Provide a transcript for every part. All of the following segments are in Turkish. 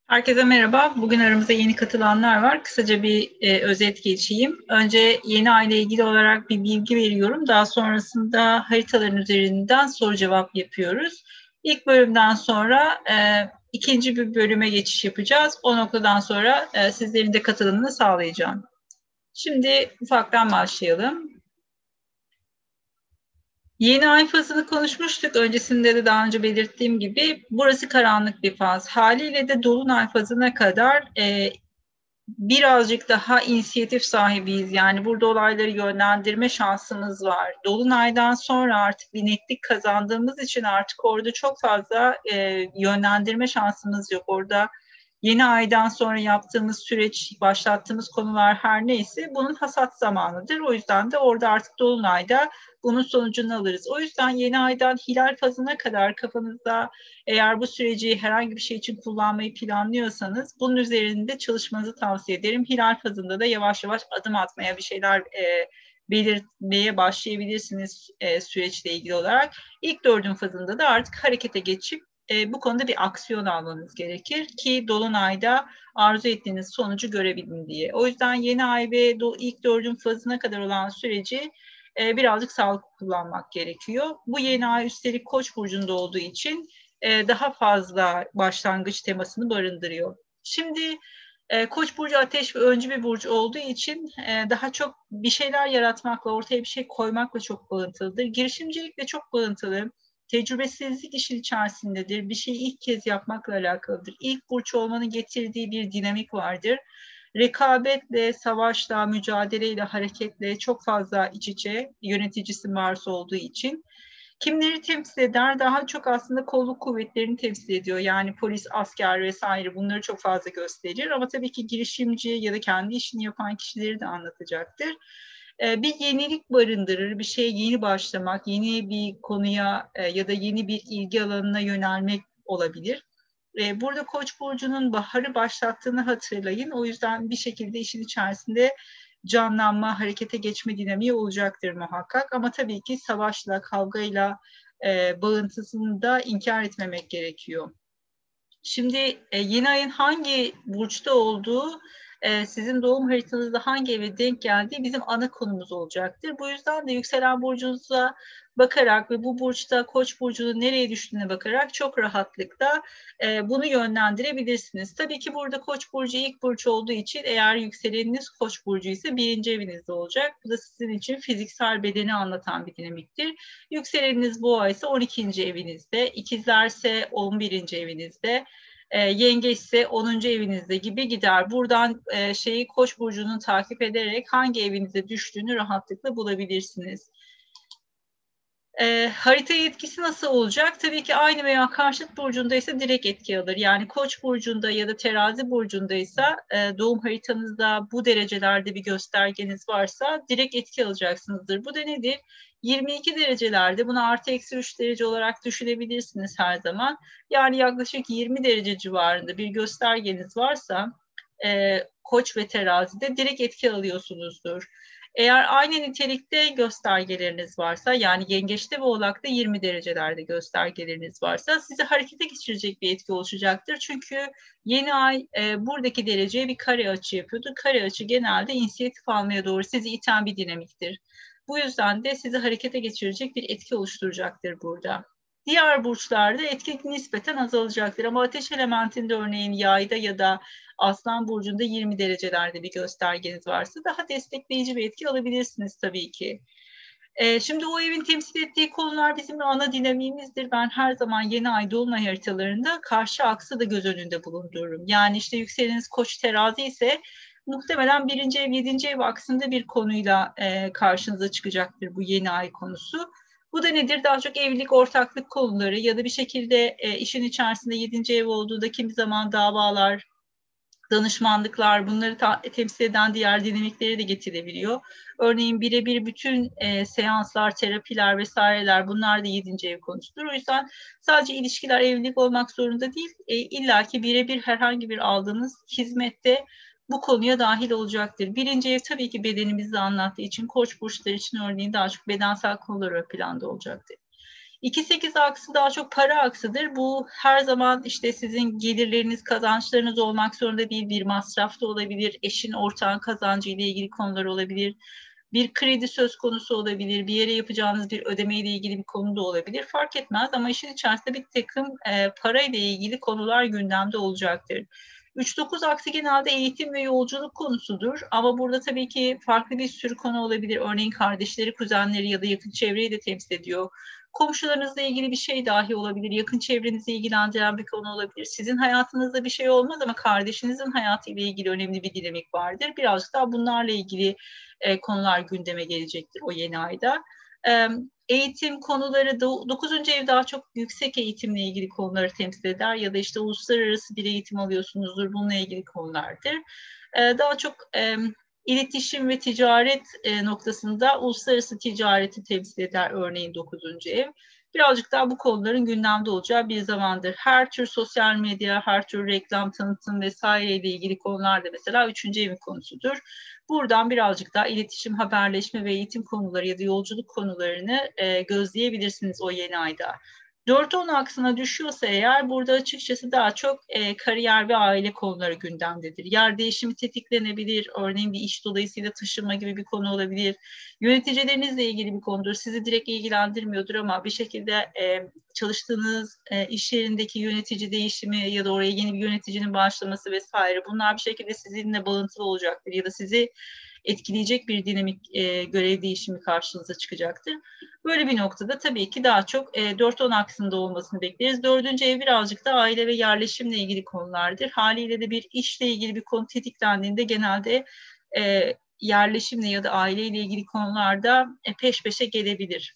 Herkese merhaba. Bugün aramızda yeni katılanlar var. Kısaca bir özet geçeyim. Önce yeni ay ile ilgili olarak bir bilgi veriyorum. Daha sonrasında haritaların üzerinden soru cevap yapıyoruz. İlk bölümden sonra ikinci bir bölüme geçiş yapacağız. O noktadan sonra sizlerin de katılımını sağlayacağım. Şimdi ufaktan başlayalım. Yeni ay fazını konuşmuştuk. Öncesinde de daha önce belirttiğim gibi burası karanlık bir faz. Haliyle de dolunay fazına kadar birazcık daha inisiyatif sahibiyiz. Yani burada olayları yönlendirme şansımız var. Dolunaydan sonra artık bir netlik kazandığımız için artık orada çok fazla yönlendirme şansımız yok. Orada yeni aydan sonra yaptığımız süreç, başlattığımız konular her neyse bunun hasat zamanıdır. O yüzden de orada artık dolunayda bunun sonucunu alırız. O yüzden yeni aydan hilal fazına kadar kafanızda eğer bu süreci herhangi bir şey için kullanmayı planlıyorsanız bunun üzerinde çalışmanızı tavsiye ederim. Hilal fazında da yavaş yavaş adım atmaya bir şeyler belirtmeye başlayabilirsiniz süreçle ilgili olarak. İlk dördün fazında da artık harekete geçip bu konuda bir aksiyon almanız gerekir ki dolunayda arzu ettiğiniz sonucu görebilin diye. O yüzden yeni ay ve ilk dördün fazına kadar olan süreci birazcık sağlıklı kullanmak gerekiyor. Bu yeni ay üstelik Koç burcunda olduğu için daha fazla başlangıç temasını barındırıyor. Şimdi Koç burcu ateş ve öncü bir burcu olduğu için daha çok bir şeyler yaratmakla, ortaya bir şey koymakla çok bağıntılıdır. Girişimcilikle çok bağıntılı. Tecrübesizlik işin içerisindedir. Bir şeyi ilk kez yapmakla alakalıdır. İlk burç olmanın getirdiği bir dinamik vardır. Rekabetle, savaşla, mücadeleyle, hareketle çok fazla iç içe yöneticisi Mars olduğu için. Kimleri temsil eder? Daha çok aslında kolluk kuvvetlerini temsil ediyor. Yani polis, asker vesaire bunları çok fazla gösterir. Ama tabii ki girişimci ya da kendi işini yapan kişileri de anlatacaktır. Bir yenilik barındırır, bir şeye yeni başlamak, yeni bir konuya ya da yeni bir ilgi alanına yönelmek olabilir. Burada Koç burcunun baharı başlattığını hatırlayın. O yüzden bir şekilde işin içerisinde canlanma, harekete geçme dinamiği olacaktır muhakkak. Ama tabii ki savaşla, kavgayla bağıntısını da inkar etmemek gerekiyor. Şimdi yeni ayın hangi burçta olduğu, sizin doğum haritanızda hangi eve denk geldiği bizim ana konumuz olacaktır. Bu yüzden de yükselen burcunuza bakarak ve bu burçta Koç burcunun nereye düştüğüne bakarak çok rahatlıkla bunu yönlendirebilirsiniz. Tabii ki burada Koç burcu ilk burç olduğu için eğer yükseleniniz Koç burcu ise birinci evinizde olacak. Bu da sizin için fiziksel bedeni anlatan bir dinamiktir. Yükseleniniz Boğa ise 12. evinizde, ikizlerse 11. evinizde, yengeç ise 10. evinizde gibi gider. Buradan Koç burcunu takip ederek hangi evinize düştüğünü rahatlıkla bulabilirsiniz. Harita etkisi nasıl olacak? Tabii ki aynı veya karşıt burcunda ise direkt etki alır. Yani Koç burcunda ya da Terazi burcunda ise doğum haritanızda bu derecelerde bir göstergeniz varsa direkt etki alacaksınızdır. Bu da nedir? 22 derecelerde bunu artı eksi 3 derece olarak düşünebilirsiniz her zaman. Yani yaklaşık 20 derece civarında bir göstergeniz varsa Koç ve Terazi'de direkt etki alıyorsunuzdur. Eğer aynı nitelikte göstergeleriniz varsa, yani yengeçte ve oğlakta 20 derecelerde göstergeleriniz varsa sizi harekete geçirecek bir etki oluşacaktır. Çünkü yeni ay buradaki dereceye bir kare açı yapıyordu. Kare açı genelde inisiyatif almaya doğru sizi iten bir dinamiktir. Bu yüzden de sizi harekete geçirecek bir etki oluşturacaktır burada. Diğer burçlarda etki nispeten azalacaktır ama ateş elementinde örneğin yayda ya da Aslan burcunda 20 derecelerde bir göstergeniz varsa daha destekleyici bir etki alabilirsiniz tabii ki. Şimdi o evin temsil ettiği konular bizim ana dinamiğimizdir. Ben her zaman yeni ay dolunay haritalarında karşı aksı da göz önünde bulundururum. Yani işte yükseleniniz Koç terazi ise muhtemelen birinci ev, yedinci ev aksında bir konuyla karşınıza çıkacaktır bu yeni ay konusu. Bu da nedir? Daha çok evlilik, ortaklık konuları ya da bir şekilde işin içerisinde yedinci ev olduğunda kimi zaman davalar, danışmanlıklar, bunları temsil eden diğer dinamikleri de getirebiliyor. Örneğin birebir bütün seanslar, terapiler vesaireler bunlar da 7. ev konusudur. O yüzden sadece ilişkiler, evlilik olmak zorunda değil, illaki birebir herhangi bir aldığınız hizmette bu konuya dahil olacaktır. Birinci ev tabii ki bedenimizi anlattığı için Koç burçları için örneğin daha çok bedensel konular ön planda olacaktır. 2-8 aksı daha çok para aksıdır. Bu her zaman işte sizin gelirleriniz, kazançlarınız olmak zorunda değil. Bir masraf da olabilir, eşin ortağın kazancı ile ilgili konular olabilir. Bir kredi söz konusu olabilir, bir yere yapacağınız bir ödeme ile ilgili bir konu da olabilir. Fark etmez ama işin içerisinde bir takım para ile ilgili konular gündemde olacaktır. 3-9 aksi genelde eğitim ve yolculuk konusudur. Ama burada tabii ki farklı bir sürü konu olabilir. Örneğin kardeşleri, kuzenleri ya da yakın çevreyi de temsil ediyor. Komşularınızla ilgili bir şey dahi olabilir. Yakın çevrenizi ilgilendiren bir konu olabilir. Sizin hayatınızda bir şey olmaz ama kardeşinizin hayatıyla ilgili önemli bir dinamik vardır. Birazcık daha bunlarla ilgili konular gündeme gelecektir o yeni ayda. Eğitim konuları 9. ev daha çok yüksek eğitimle ilgili konuları temsil eder ya da işte uluslararası bir eğitim alıyorsunuzdur, bununla ilgili konulardır. Daha çok iletişim ve ticaret noktasında uluslararası ticareti temsil eder örneğin 9. ev. Birazcık daha bu konuların gündemde olacağı bir zamandır. Her tür sosyal medya, her tür reklam, tanıtım vesaire ile ilgili konular da mesela 3. evin konusudur. Buradan birazcık daha iletişim, haberleşme ve eğitim konuları ya da yolculuk konularını gözleyebilirsiniz o yeni ayda. 4-10 aksına düşüyorsa eğer burada açıkçası daha çok kariyer ve aile konuları gündemdedir. Yer değişimi tetiklenebilir. Örneğin bir iş dolayısıyla taşınma gibi bir konu olabilir. Yöneticilerinizle ilgili bir konudur. Sizi direkt ilgilendirmiyordur ama bir şekilde çalıştığınız iş yerindeki yönetici değişimi ya da oraya yeni bir yöneticinin başlaması vesaire, bunlar bir şekilde sizinle bağlantılı olacaktır ya da sizi etkileyecek bir dinamik görev değişimi karşınıza çıkacaktır. Böyle bir noktada tabii ki daha çok 4-10 aksında olmasını bekleriz. 4. ev birazcık da aile ve yerleşimle ilgili konulardır. Haliyle de bir işle ilgili bir konu tetiklendiğinde genelde yerleşimle ya da aileyle ilgili konularda peş peşe gelebilir.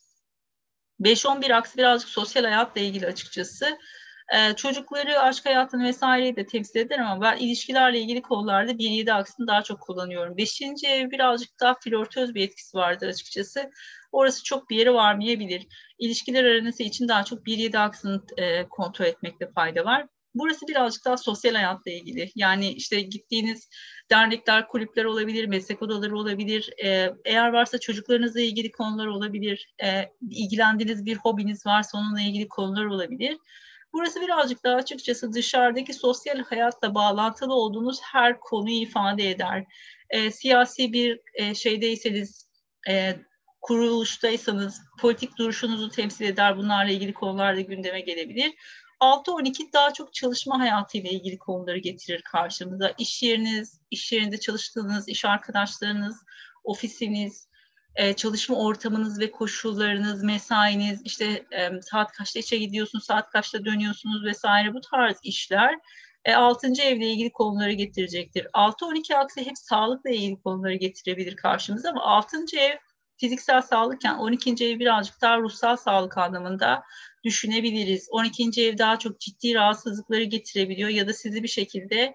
5-11 aks birazcık sosyal hayatla ilgili açıkçası. Çocukları, aşk hayatını vesaireyi de temsil eder ama ben ilişkilerle ilgili konularda 1-7 aksını daha çok kullanıyorum. 5. ev birazcık daha flörtöz bir etkisi vardır açıkçası. Orası çok bir yere varmayabilir. İlişkiler aranası için daha çok 1-7 aksını kontrol etmekte fayda var. Burası birazcık daha sosyal hayatla ilgili. Yani işte gittiğiniz dernekler, kulüpler olabilir, meslek odaları olabilir. Eğer varsa çocuklarınızla ilgili konular olabilir. İlgilendiğiniz bir hobiniz varsa onunla ilgili konular olabilir. Burası birazcık daha açıkçası dışarıdaki sosyal hayatla bağlantılı olduğunuz her konuyu ifade eder. Siyasi bir şeydeyseniz, kuruluştaysanız politik duruşunuzu temsil eder. Bunlarla ilgili konular da gündeme gelebilir. 6-12 daha çok çalışma hayatıyla ilgili konuları getirir karşımıza. İş yeriniz, iş yerinde çalıştığınız iş arkadaşlarınız, ofisiniz, çalışma ortamınız ve koşullarınız, mesainiz, işte saat kaçta işe gidiyorsunuz, saat kaçta dönüyorsunuz vesaire, bu tarz işler 6. evle ilgili konuları getirecektir. 6-12 aksi hep sağlıkla ilgili konuları getirebilir karşımıza ama 6. ev fiziksel sağlıkken 12. ev birazcık daha ruhsal sağlık anlamında düşünebiliriz. 12. ev daha çok ciddi rahatsızlıkları getirebiliyor ya da sizi bir şekilde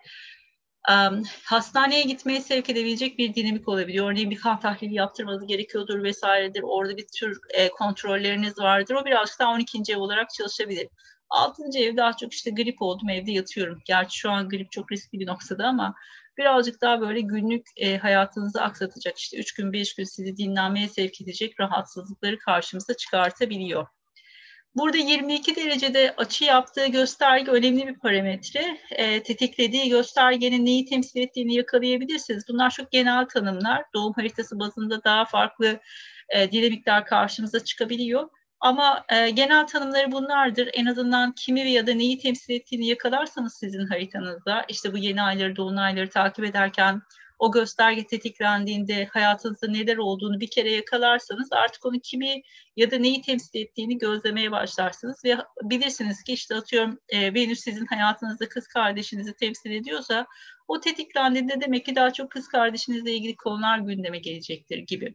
hastaneye gitmeye sevk edebilecek bir dinamik olabiliyor. Örneğin bir kan tahlili yaptırmanız gerekiyordur vesairedir. Orada bir tür kontrolleriniz vardır. O birazcık daha 12. ev olarak çalışabilir. 6. ev daha çok işte grip oldum, evde yatıyorum. Gerçi şu an grip çok riskli bir noktada ama birazcık daha böyle günlük hayatınızı aksatacak, işte 3 gün 5 gün sizi dinlenmeye sevk edecek rahatsızlıkları karşımıza çıkartabiliyor. Burada 22 derecede açı yaptığı gösterge önemli bir parametre. Tetiklediği göstergenin neyi temsil ettiğini yakalayabilirsiniz. Bunlar çok genel tanımlar. Doğum haritası bazında daha farklı dinamikler karşımıza çıkabiliyor. Ama genel tanımları bunlardır. En azından kimi ya da neyi temsil ettiğini yakalarsanız sizin haritanızda, işte bu yeni ayları, dolunayları takip ederken o gösterge tetiklendiğinde hayatınızda neler olduğunu bir kere yakalarsanız artık onu kimi ya da neyi temsil ettiğini gözlemeye başlarsınız ve bilirsiniz ki işte atıyorum Venüs sizin hayatınızda kız kardeşinizi temsil ediyorsa o tetiklendiğinde demek ki daha çok kız kardeşinizle ilgili konular gündeme gelecektir gibi.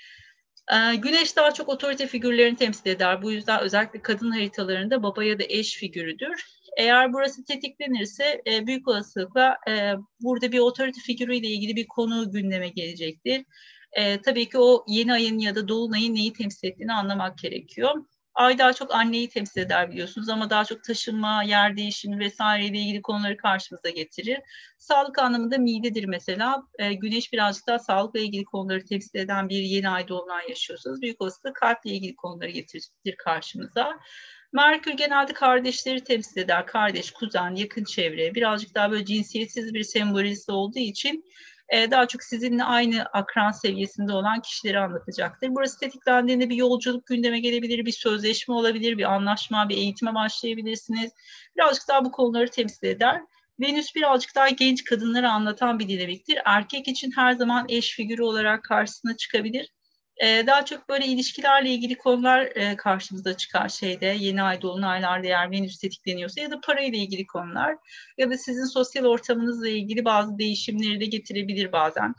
Güneş daha çok otorite figürlerini temsil eder. Bu yüzden özellikle kadın haritalarında baba ya da eş figürüdür. Eğer burası tetiklenirse büyük olasılıkla burada bir otorite figürüyle ilgili bir konu gündeme gelecektir. Tabii ki o yeni ayın ya da dolunayın neyi temsil ettiğini anlamak gerekiyor. Ay daha çok anneyi temsil eder biliyorsunuz ama daha çok taşınma, yer değişimi vesaireyle ilgili konuları karşımıza getirir. Sağlık anlamında midedir mesela. Güneş birazcık daha sağlıkla ilgili konuları temsil eden bir yeni ay dolunay yaşıyorsanız büyük olasılıkla kalple ilgili konuları getirir karşımıza. Merkür genelde kardeşleri temsil eder. Kardeş, kuzen, yakın çevre. Birazcık daha böyle cinsiyetsiz bir sembolizm olduğu için daha çok sizinle aynı akran seviyesinde olan kişileri anlatacaktır. Burası tetiklendiğinde bir yolculuk gündeme gelebilir, bir sözleşme olabilir, bir anlaşma, bir eğitime başlayabilirsiniz. Birazcık daha bu konuları temsil eder. Venüs birazcık daha genç kadınları anlatan bir dinamiktir. Erkek için her zaman eş figürü olarak karşısına çıkabilir. Daha çok böyle ilişkilerle ilgili konular karşımıza çıkar yeni ay dolunaylarda eğer Venüs tetikleniyorsa ya da parayla ilgili konular ya da sizin sosyal ortamınızla ilgili bazı değişimleri de getirebilir bazen.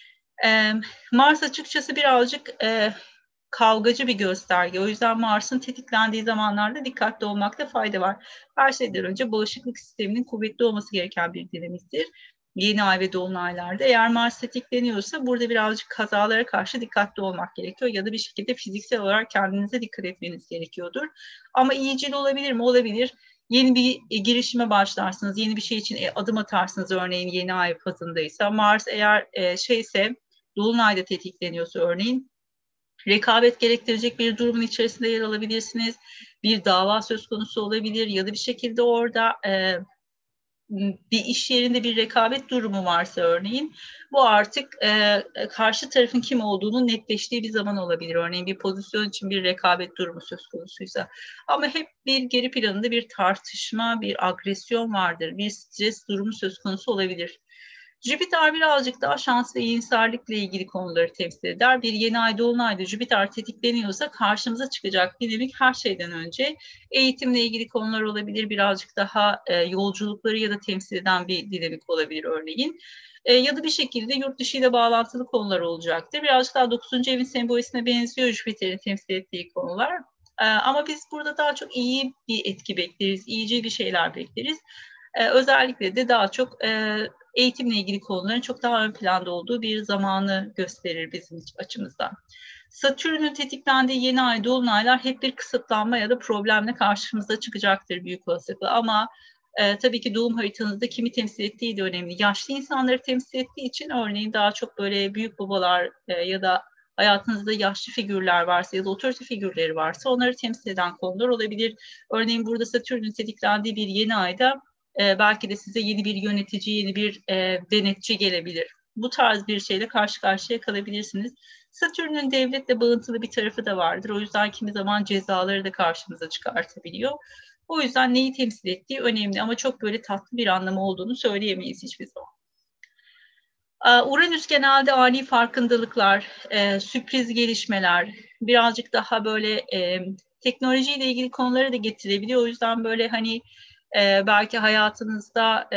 Mars açıkçası birazcık kavgacı bir gösterge. O yüzden Mars'ın tetiklendiği zamanlarda dikkatli olmakta fayda var. Her şeyden önce bağışıklık sisteminin kuvvetli olması gereken bir dinamiktir. Yeni ay ve dolunaylarda. Eğer Mars tetikleniyorsa burada birazcık kazalara karşı dikkatli olmak gerekiyor ya da bir şekilde fiziksel olarak kendinize dikkat etmeniz gerekiyordur. Ama iyicil olabilir mi? Olabilir. Yeni bir girişime başlarsınız, yeni bir şey için adım atarsınız örneğin yeni ay fazındaysa. Mars eğer dolunayda tetikleniyorsa örneğin rekabet gerektirecek bir durumun içerisinde yer alabilirsiniz. Bir dava söz konusu olabilir ya da bir şekilde orada bir iş yerinde bir rekabet durumu varsa örneğin bu artık karşı tarafın kim olduğunu netleştiği bir zaman olabilir. Örneğin bir pozisyon için bir rekabet durumu söz konusuysa. Ama hep bir geri planında bir tartışma, bir agresyon vardır. Bir stres durumu söz konusu olabilir. Jüpiter birazcık daha şans ve iyimserlikle ilgili konuları temsil eder. Bir yeni ay dolunayda Jüpiter tetikleniyorsa karşımıza çıkacak dinamik her şeyden önce eğitimle ilgili konular olabilir. Birazcık daha yolculukları ya da temsil eden bir dinamik olabilir örneğin. Ya da bir şekilde yurt dışı ile bağlantılı konular olacaktır. Birazcık daha 9. evin sembolisine benziyor Jüpiter'in temsil ettiği konular. Ama biz burada daha çok iyi bir etki bekleriz, iyice bir şeyler bekleriz. Özellikle de daha çok eğitimle ilgili konuların çok daha ön planda olduğu bir zamanı gösterir bizim açımızdan. Satürn'ün tetiklendiği yeni ay dolunaylar hep bir kısıtlanma ya da problemle karşımıza çıkacaktır büyük olasılıkla ama tabii ki doğum haritanızda kimi temsil ettiği de önemli. Yaşlı insanları temsil ettiği için örneğin daha çok böyle büyük babalar ya da hayatınızda yaşlı figürler varsa ya da otorite figürleri varsa onları temsil eden konular olabilir. Örneğin burada Satürn'ün tetiklendiği bir yeni ayda belki de size yeni bir yönetici, yeni bir denetçi gelebilir. Bu tarz bir şeyle karşı karşıya kalabilirsiniz. Satürn'ün devletle bağıntılı bir tarafı da vardır. O yüzden kimi zaman cezaları da karşımıza çıkartabiliyor. O yüzden neyi temsil ettiği önemli ama çok böyle tatlı bir anlamı olduğunu söyleyemeyiz hiçbir zaman. Uranüs genelde ani farkındalıklar, sürpriz gelişmeler, birazcık daha böyle teknolojiyle ilgili konuları da getirebiliyor. O yüzden böyle hani belki hayatınızda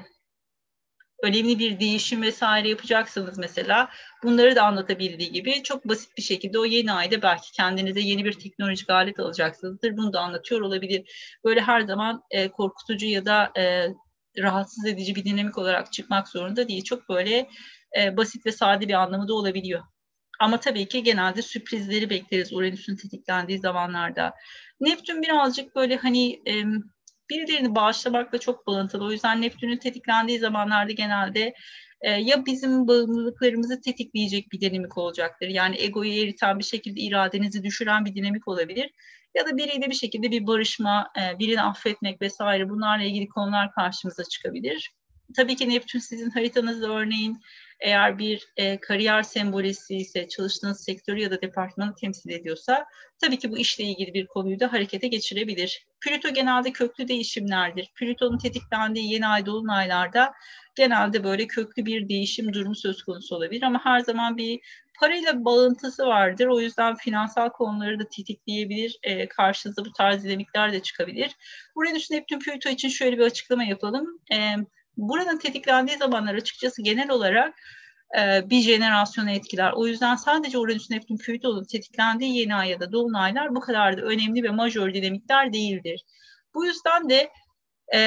önemli bir değişim vesaire yapacaksınız mesela. Bunları da anlatabildiği gibi çok basit bir şekilde o yeni ayda belki kendinize yeni bir teknolojik alet alacaksınızdır. Bunu da anlatıyor olabilir. Böyle her zaman korkutucu ya da rahatsız edici bir dinamik olarak çıkmak zorunda değil. Çok böyle basit ve sade bir anlamı da olabiliyor. Ama tabii ki genelde sürprizleri bekleriz Uranüs'ün tetiklendiği zamanlarda. Neptün birazcık böyle hani birilerini bağışlamakla çok bağıntılı. O yüzden Neptün'ün tetiklendiği zamanlarda genelde ya bizim bağımlılıklarımızı tetikleyecek bir dinamik olacaktır. Yani egoyu eriten bir şekilde iradenizi düşüren bir dinamik olabilir. Ya da biriyle bir şekilde bir barışma, birini affetmek vesaire bunlarla ilgili konular karşımıza çıkabilir. Tabii ki Neptün sizin haritanızda örneğin eğer bir kariyer sembolisi ise çalıştığınız sektörü ya da departmanı temsil ediyorsa tabii ki bu işle ilgili bir konuyu da harekete geçirebilir. Plüto genelde köklü değişimlerdir. Plüton'un tetiklendiği yeni ay dolunaylarda genelde böyle köklü bir değişim durumu söz konusu olabilir ama her zaman bir parayla bağıntısı vardır. O yüzden finansal konuları da tetikleyebilir. Karşınıza bu tarz dinamikler de çıkabilir. Uranüs, Neptün, Plüto için şöyle bir açıklama yapalım. Buranın tetiklendiği zamanlar açıkçası genel olarak bir jenerasyonu etkiler. O yüzden sadece Uranüs, Neptün, Plüton'un tetiklendiği yeni ay ya da dolunaylar bu kadar da önemli ve majör dinamikler değildir. Bu yüzden de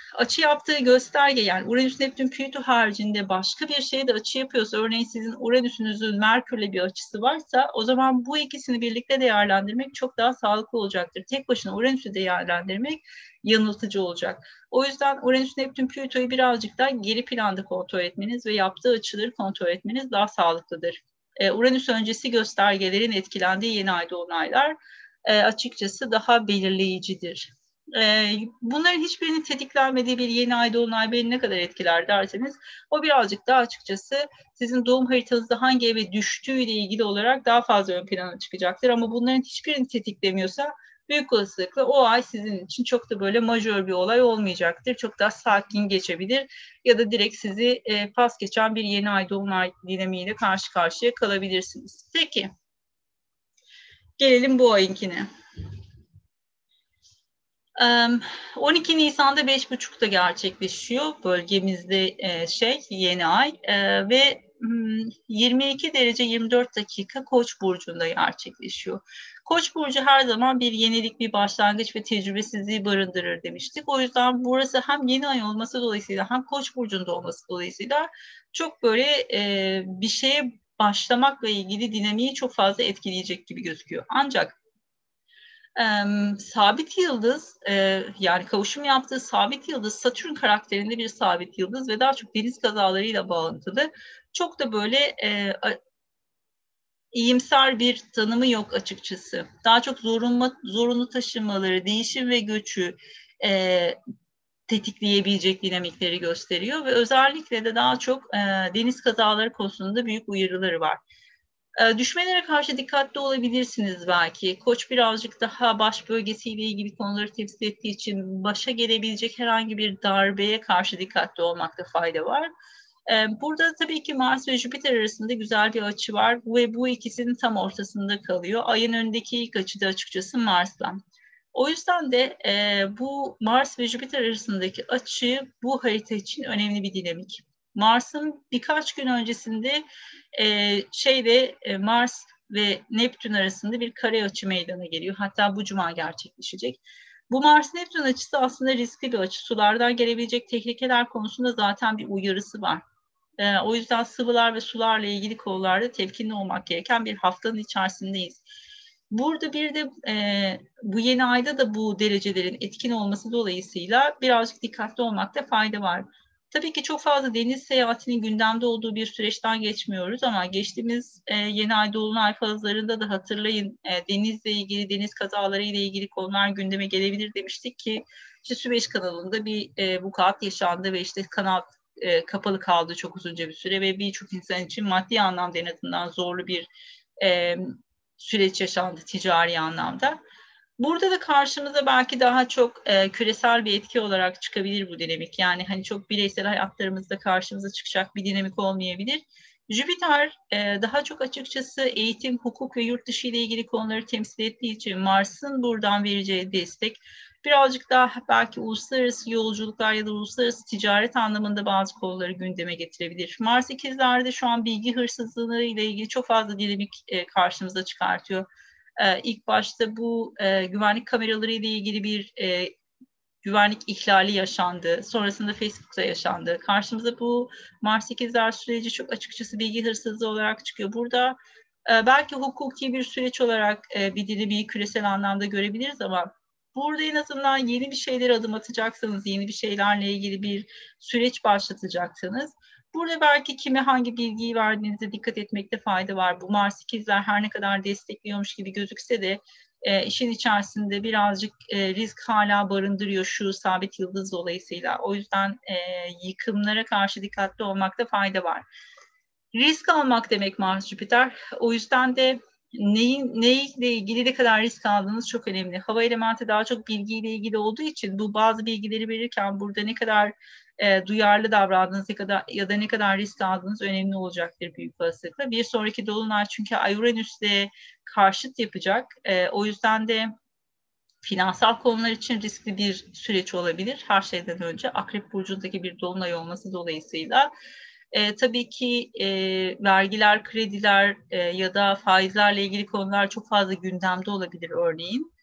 açı yaptığı gösterge, yani Uranüs, Neptün, Plüto haricinde başka bir şeye de açı yapıyorsa, örneğin sizin Uranüs'ünüzün Merkür'le bir açısı varsa, o zaman bu ikisini birlikte değerlendirmek çok daha sağlıklı olacaktır. Tek başına Uranüs'ü değerlendirmek yanıltıcı olacak. O yüzden Uranüs, Neptün, Plüto'yu birazcık daha geri planda kontrol etmeniz ve yaptığı açıları kontrol etmeniz daha sağlıklıdır. Uranüs öncesi göstergelerin etkilendiği yeni ay dolunaylar açıkçası daha belirleyicidir. Bunların hiçbirinin tetiklenmediği bir yeni ay dolunay beni ne kadar etkiler derseniz, o birazcık daha açıkçası sizin doğum haritanızda hangi eve düştüğüyle ilgili olarak daha fazla ön plana çıkacaktır. Ama bunların hiçbirini tetiklemiyorsa büyük olasılıkla o ay sizin için çok da böyle majör bir olay olmayacaktır. Çok daha sakin geçebilir ya da direkt sizi pas geçen bir yeni ay dolunay dinamiğiyle karşı karşıya kalabilirsiniz. Peki, gelelim bu ayınkine. 12 Nisan'da 5.30'da gerçekleşiyor bölgemizde yeni ay ve 22 derece 24 dakika Koç burcunda gerçekleşiyor. Koç burcu her zaman bir yenilik, bir başlangıç ve tecrübesizliği barındırır demiştik. O yüzden burası hem yeni ay olması dolayısıyla hem Koç burcunda olması dolayısıyla çok böyle bir şeye başlamakla ilgili dinamiği çok fazla etkileyecek gibi gözüküyor. Ancak sabit yıldız, yani kavuşum yaptığı sabit yıldız Satürn karakterinde bir sabit yıldız ve daha çok deniz kazalarıyla bağlantılı. Çok da böyle iyimser bir tanımı yok açıkçası. Daha çok zorunlu taşınmaları, değişim ve göçü tetikleyebilecek dinamikleri gösteriyor ve özellikle de daha çok deniz kazaları konusunda büyük uyarıları var. Düşmelere karşı dikkatli olabilirsiniz belki. Koç birazcık daha baş bölgesiyle ilgili konuları temsil ettiği için başa gelebilecek herhangi bir darbeye karşı dikkatli olmakta fayda var. Burada tabii ki Mars ve Jüpiter arasında güzel bir açı var ve bu ikisinin tam ortasında kalıyor. Ayın önündeki ilk açı da açıkçası Mars'tan. O yüzden de bu Mars ve Jüpiter arasındaki açı bu harita için önemli bir dinamik. Mars'ın birkaç gün öncesinde Mars ve Neptün arasında bir kare açı meydana geliyor. Hatta bu cuma gerçekleşecek. Bu Mars-Neptün açısı aslında riskli bir açı. Sulardan gelebilecek tehlikeler konusunda zaten bir uyarısı var. O yüzden sıvılar ve sularla ilgili konularda temkinli olmak gereken bir haftanın içerisindeyiz. Burada bir de bu yeni ayda da bu derecelerin etkin olması dolayısıyla birazcık dikkatli olmakta fayda var. Tabii ki çok fazla deniz seyahatinin gündemde olduğu bir süreçten geçmiyoruz ama geçtiğimiz yeni ay dolunay fazlarında da hatırlayın, denizle ilgili, deniz kazaları ile ilgili konular gündeme gelebilir demiştik ki işte Süveyş kanalında bir vukuat yaşandı ve işte kanal kapalı kaldı çok uzunca bir süre ve birçok insan için maddi anlamda en azından zorlu bir süreç yaşandı ticari anlamda. Burada da karşımıza belki daha çok küresel bir etki olarak çıkabilir bu dinamik. Yani hani çok bireysel hayatlarımızda karşımıza çıkacak bir dinamik olmayabilir. Jüpiter daha çok açıkçası eğitim, hukuk ve yurt dışı ile ilgili konuları temsil ettiği için Mars'ın buradan vereceği destek birazcık daha belki uluslararası yolculuklar ya da uluslararası ticaret anlamında bazı konuları gündeme getirebilir. Mars ikizlerde şu an bilgi hırsızlığı ile ilgili çok fazla dinamik karşımıza çıkartıyor. İlk başta bu güvenlik kameraları ile ilgili bir güvenlik ihlali yaşandı. Sonrasında Facebook'ta yaşandı. Karşımıza bu Mars ikizler süreci çok açıkçası bilgi hırsızlığı olarak çıkıyor. Burada belki hukuki bir süreç olarak bir dinamiği küresel anlamda görebiliriz ama burada en azından yeni bir şeyler adım atacaksanız, yeni bir şeylerle ilgili bir süreç başlatacaksanız, burada belki kime hangi bilgiyi verdiğinize dikkat etmekte fayda var. Bu Mars ikizler her ne kadar destekliyormuş gibi gözükse de işin içerisinde birazcık risk hala barındırıyor şu sabit yıldız dolayısıyla. O yüzden yıkımlara karşı dikkatli olmakta fayda var. Risk almak demek Mars Jüpiter. O yüzden de neyle ilgili ne kadar risk aldığınız çok önemli. Hava elementi daha çok bilgiyle ilgili olduğu için bu bazı bilgileri verirken burada ne kadar duyarlı davrandığınız ya da ne kadar risk aldığınız önemli olacaktır büyük olasılıkla. Bir sonraki dolunay çünkü Ay Uranüs'le karşıt yapacak. O yüzden de finansal konular için riskli bir süreç olabilir. Her şeyden önce Akrep Burcu'ndaki bir dolunay olması dolayısıyla tabii ki vergiler, krediler ya da faizlerle ilgili konular çok fazla gündemde olabilir örneğin.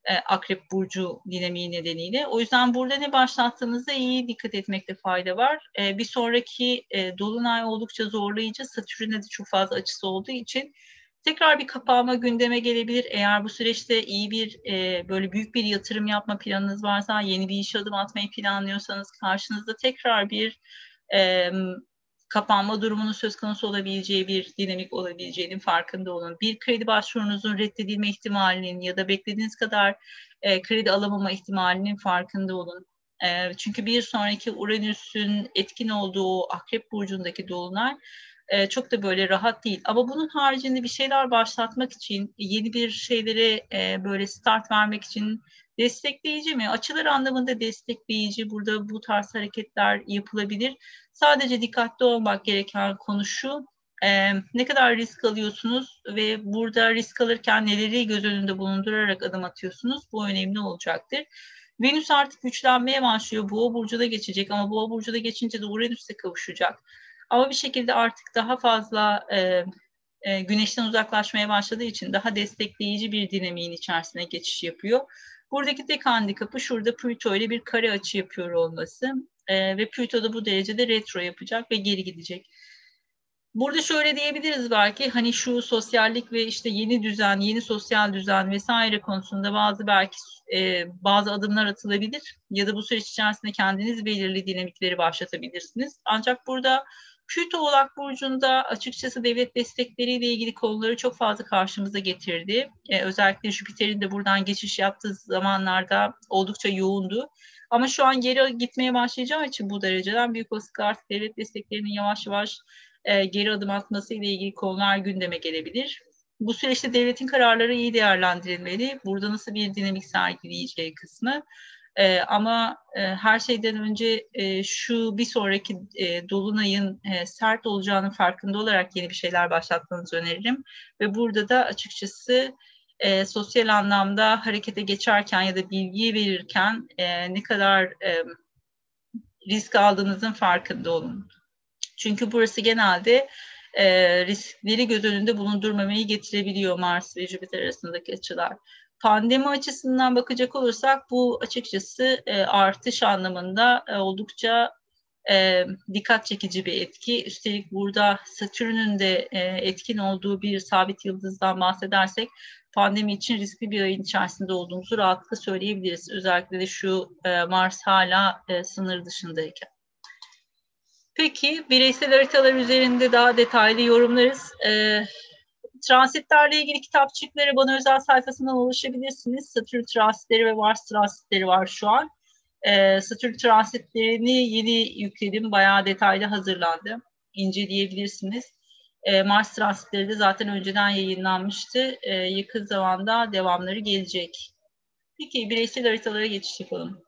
Akrep Burcu dinamiği nedeniyle. O yüzden burada ne başlattığınızda iyi dikkat etmekte fayda var. Bir sonraki Dolunay oldukça zorlayıcı. Satürn'e de çok fazla açısı olduğu için tekrar bir kapanma gündeme gelebilir. Eğer bu süreçte iyi bir böyle büyük bir yatırım yapma planınız varsa, yeni bir işe adım atmayı planlıyorsanız karşınızda tekrar bir e, kapanma durumunun söz konusu olabileceği bir dinamik olabileceğinin farkında olun. Bir kredi başvurunuzun reddedilme ihtimalinin ya da beklediğiniz kadar kredi alamama ihtimalinin farkında olun. Çünkü bir sonraki Uranüs'ün etkin olduğu Akrep Burcu'ndaki dolunay çok da böyle rahat değil. Ama bunun haricinde bir şeyler başlatmak için, yeni bir şeylere böyle start vermek için destekleyici mi? Açılar anlamında destekleyici. Burada bu tarz hareketler yapılabilir. Sadece dikkatli olmak gereken konu şu, ne kadar risk alıyorsunuz ve burada risk alırken neleri göz önünde bulundurarak adım atıyorsunuz? Bu önemli olacaktır. Venüs artık güçlenmeye başlıyor. Boğa burcuna geçecek ama Boğa burcuna geçince de Uranüs'e kavuşacak. Ama bir şekilde artık daha fazla Güneşten uzaklaşmaya başladığı için daha destekleyici bir dinamiğin içerisine geçiş yapıyor. Buradaki tek handikapı şurada Plüto ile bir kare açı yapıyor olması. Ve Plüto da bu derecede retro yapacak ve geri gidecek. Burada şöyle diyebiliriz belki hani şu sosyallik ve işte yeni düzen, yeni sosyal düzen vesaire konusunda belki bazı adımlar atılabilir ya da bu süreç içerisinde kendiniz belirli dinamikleri başlatabilirsiniz. Ancak burada Plüto Oğlak Burcu'nda açıkçası devlet destekleriyle ilgili konuları çok fazla karşımıza getirdi. Özellikle Jüpiter'in de buradan geçiş yaptığı zamanlarda oldukça yoğundu. Ama şu an geri gitmeye başlayacağı için bu dereceden büyük olasılıkla artık devlet desteklerinin yavaş yavaş geri adım atması ile ilgili konular gündeme gelebilir. Bu süreçte devletin kararları iyi değerlendirilmeli. Burada nasıl bir dinamik sergileyeceği kısmı. Ama her şeyden önce şu bir sonraki dolunayın sert olacağının farkında olarak yeni bir şeyler başlatmanızı öneririm. Ve burada da açıkçası sosyal anlamda harekete geçerken ya da bilgiyi verirken ne kadar risk aldığınızın farkında olun. Çünkü burası genelde riskleri göz önünde bulundurmamayı getirebiliyor Mars ve Jüpiter arasındaki açılar. Pandemi açısından bakacak olursak bu açıkçası artış anlamında oldukça dikkat çekici bir etki. Üstelik burada Satürn'ün de etkin olduğu bir sabit yıldızdan bahsedersek pandemi için riskli bir ayın içerisinde olduğumuzu rahatlıkla söyleyebiliriz. Özellikle de şu Mars hala sınır dışındayken. Peki, bireysel haritalar üzerinde daha detaylı yorumlarız. Transitlerle ilgili kitapçıkları bana özel sayfasından ulaşabilirsiniz. Satürn transitleri ve Mars transitleri var şu an. Satürn transitlerini yeni yükledim. Bayağı detaylı hazırlandı. İnceleyebilirsiniz. Mars transitleri de zaten önceden yayınlanmıştı. Yakın zamanda devamları gelecek. Peki, bireysel haritalara geçiş yapalım.